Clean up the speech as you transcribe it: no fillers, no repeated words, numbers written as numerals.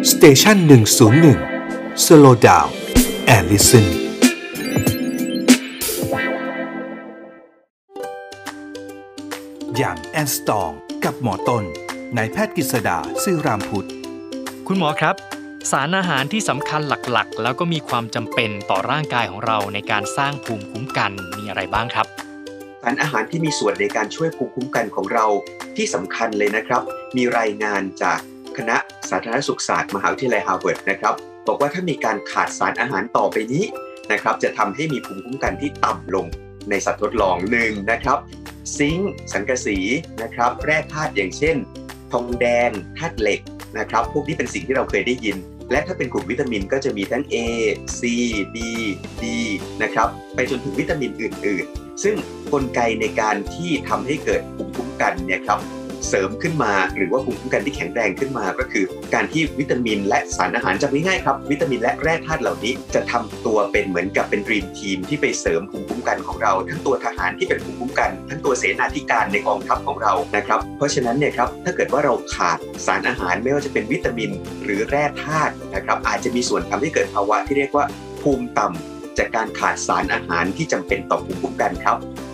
สเตชัน101 Slow Down and Listen อย่างแอนสตองกับหมอต้นนายแพทย์กฤษดาซื่อรามพุทธคุณหมอครับสารอาหารที่สำคัญหลักๆแล้วก็มีความจำเป็นต่อร่างกายของเราในการสร้างภูมิคุ้มกันมีอะไรบ้างครับสารอาหารที่มีส่วนในการช่วยภูมิคุ้มกันของเราที่สำคัญเลยนะครับมีรายงานจากคณะสาธารณสุขศาสตร์มหาวิทยาลัยฮาร์วาร์ดนะครับบอกว่าถ้ามีการขาดสารอาหารต่อไปนี้นะครับจะทำให้มีภูมิคุ้มกันที่ต่ำลงในสัตว์ทดลอง1นะครับซิงค์สังกะสีนะครับแร่ธาตุอย่างเช่นทองแดงธาตุเหล็กนะครับพวกนี้เป็นสิ่งที่เราเคยได้ยินและถ้าเป็นกลุ่มวิตามินก็จะมีทั้ง A C B D นะครับไปจนถึงวิตามินอื่นๆซึ่งกลไกในการที่ทำให้เกิดภูมิคุ้มกันเนี่ยครับเสริมขึ้นมาหรือว่าภูมิคุ้มกันที่แข็งแรงขึ้นมาก็คือการที่วิตามินและสารอาหารจำง่ายๆครับวิตามินและแร่ธาตุเหล่านี้จะทำตัวเป็นเหมือนกับเป็นดรีมทีมที่ไปเสริมภูมิคุ้มกันของเราทั้งตัวทหารที่เป็นภูมิคุ้มกันทั้งตัวเสนาธิการในกองทัพของเรานะครับเพราะฉะนั้นเนี่ยครับถ้าเกิดว่าเราขาดสารอาหารไม่ว่าจะเป็นวิตามินหรือแร่ธาตุนะครับอาจจะมีส่วนทำให้เกิดภาวะที่เรียกว่าภูมิต่ำจากการขาดสารอาหารที่จำเป็นต่อภูมิคุ้มกันครับ